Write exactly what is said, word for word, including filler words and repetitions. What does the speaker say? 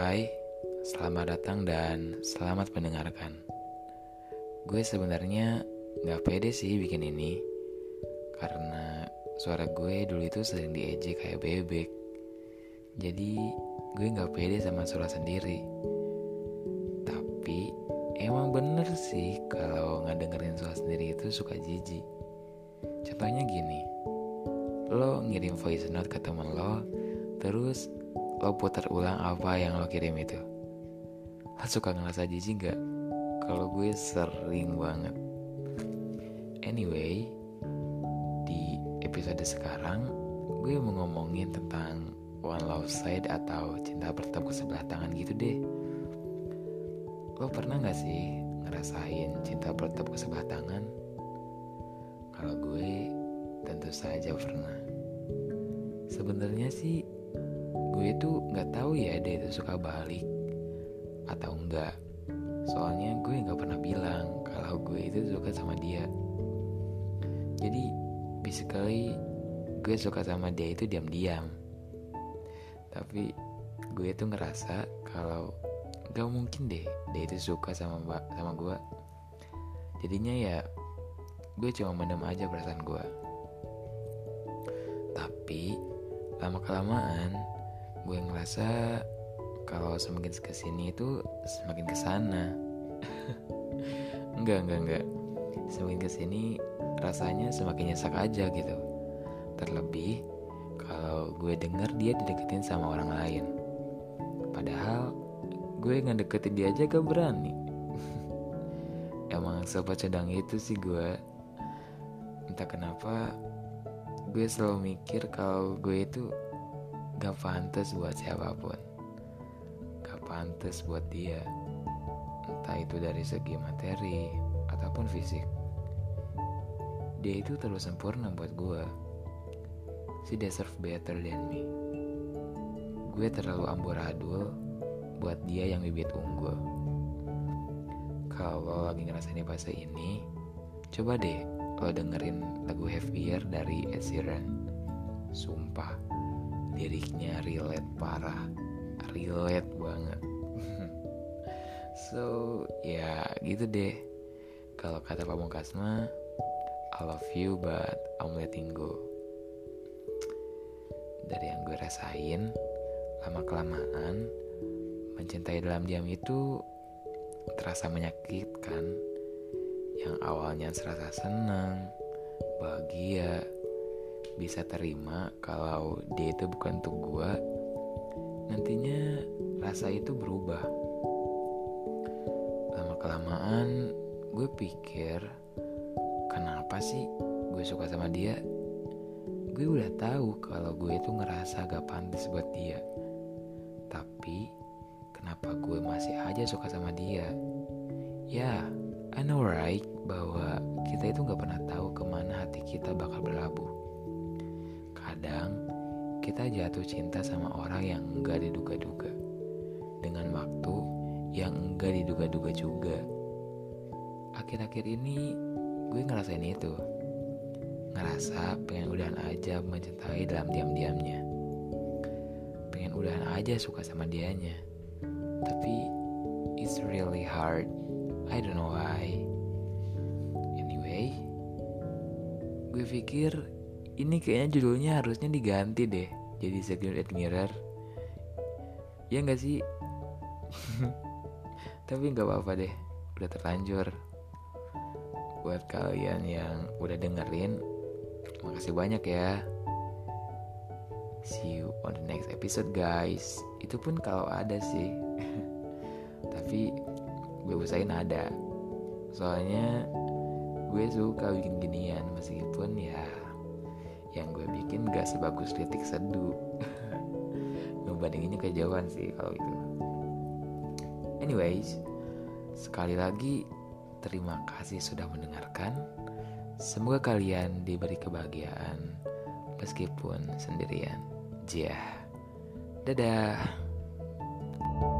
Hai, selamat datang dan selamat mendengarkan. Gue sebenarnya gak pede sih bikin ini, karena suara gue dulu itu sering diejek kayak bebek. Jadi gue gak pede sama suara sendiri. Tapi emang bener sih kalau ngedengerin suara sendiri itu suka jijik. Contohnya gini, lo ngirim voice note ke temen lo, terus lo putar ulang apa yang lo kirim itu. Lo suka ngerasa jijik gak? Kalau gue sering banget. Anyway, di episode sekarang gue mau ngomongin tentang one love side atau cinta bertepuk sebelah tangan gitu deh. Lo pernah gak sih ngerasain cinta bertepuk sebelah tangan? Kalau gue tentu saja pernah. Sebenarnya sih gue tuh nggak tahu ya dia itu suka balik atau enggak. Soalnya gue nggak pernah bilang kalau gue itu suka sama dia. Jadi basically gue suka sama dia itu diam-diam. Tapi gue tuh ngerasa kalau nggak mungkin deh dia itu suka sama mbak sama gue. Jadinya ya gue cuma mendem aja perasaan gue. Tapi lama-kelamaan gue ngerasa kalau semakin kesini itu semakin kesana. Enggak, enggak, enggak. Semakin kesini rasanya semakin nyesek aja gitu. Terlebih kalau gue denger dia dideketin sama orang lain. Padahal gue ngedeketin dia aja gak berani. Emang sepecedang itu sih gue. Entah kenapa gue selalu mikir kalau gue itu gak pantas buat siapapun. Gak pantas buat dia. Entah itu dari segi materi ataupun fisik. Dia itu terlalu sempurna buat gue. She deserve better than me. Gue terlalu amburadul buat dia yang bibit unggul. Kalau lagi ngerasain di fase ini, coba deh lo dengerin lagu Heavier dari Ed Sheeran. Sumpah, liriknya relate parah, relate banget. So ya gitu deh. Kalau kata Pamungkas mah, I love you but I'm letting go. Dari yang gue rasain, lama kelamaan mencintai dalam diam itu terasa menyakitkan. Yang awalnya serasa senang, bahagia, bisa terima kalau dia itu bukan untuk gue, nantinya rasa itu berubah. Lama-kelamaan gue pikir, kenapa sih gue suka sama dia? Gue udah tahu kalau gue itu ngerasa gak pantas buat dia. Tapi kenapa gue masih aja suka sama dia? Ya, I know right, bahwa kita itu gak pernah tahu kemana hati kita bakal berlabuh. Kadang kita jatuh cinta sama orang yang enggak diduga-duga, dengan waktu yang enggak diduga-duga juga. Akhir-akhir ini gue ngerasain itu. Ngerasa pengen udahan aja mencintai dalam diam-diamnya. Pengen udahan aja suka sama dianya. Tapi it's really hard. I don't know why. Anyway, gue pikir ini kayaknya judulnya harusnya diganti deh, jadi Secret Admirer. Ya gak sih? Tapi gak apa-apa deh, udah terlanjur. Buat kalian yang udah dengerin, makasih banyak ya. See you on the next episode guys. Itu pun kalau ada sih. Tapi gue usahain ada. Soalnya gue suka bikin ginian, meskipun ya yang gue bikin gak sebagus Titik Seduh. Ngebandinginnya kejauhan sih kalau itu. Anyways, sekali lagi terima kasih sudah mendengarkan. Semoga kalian diberi kebahagiaan meskipun sendirian. Jah. Dadah.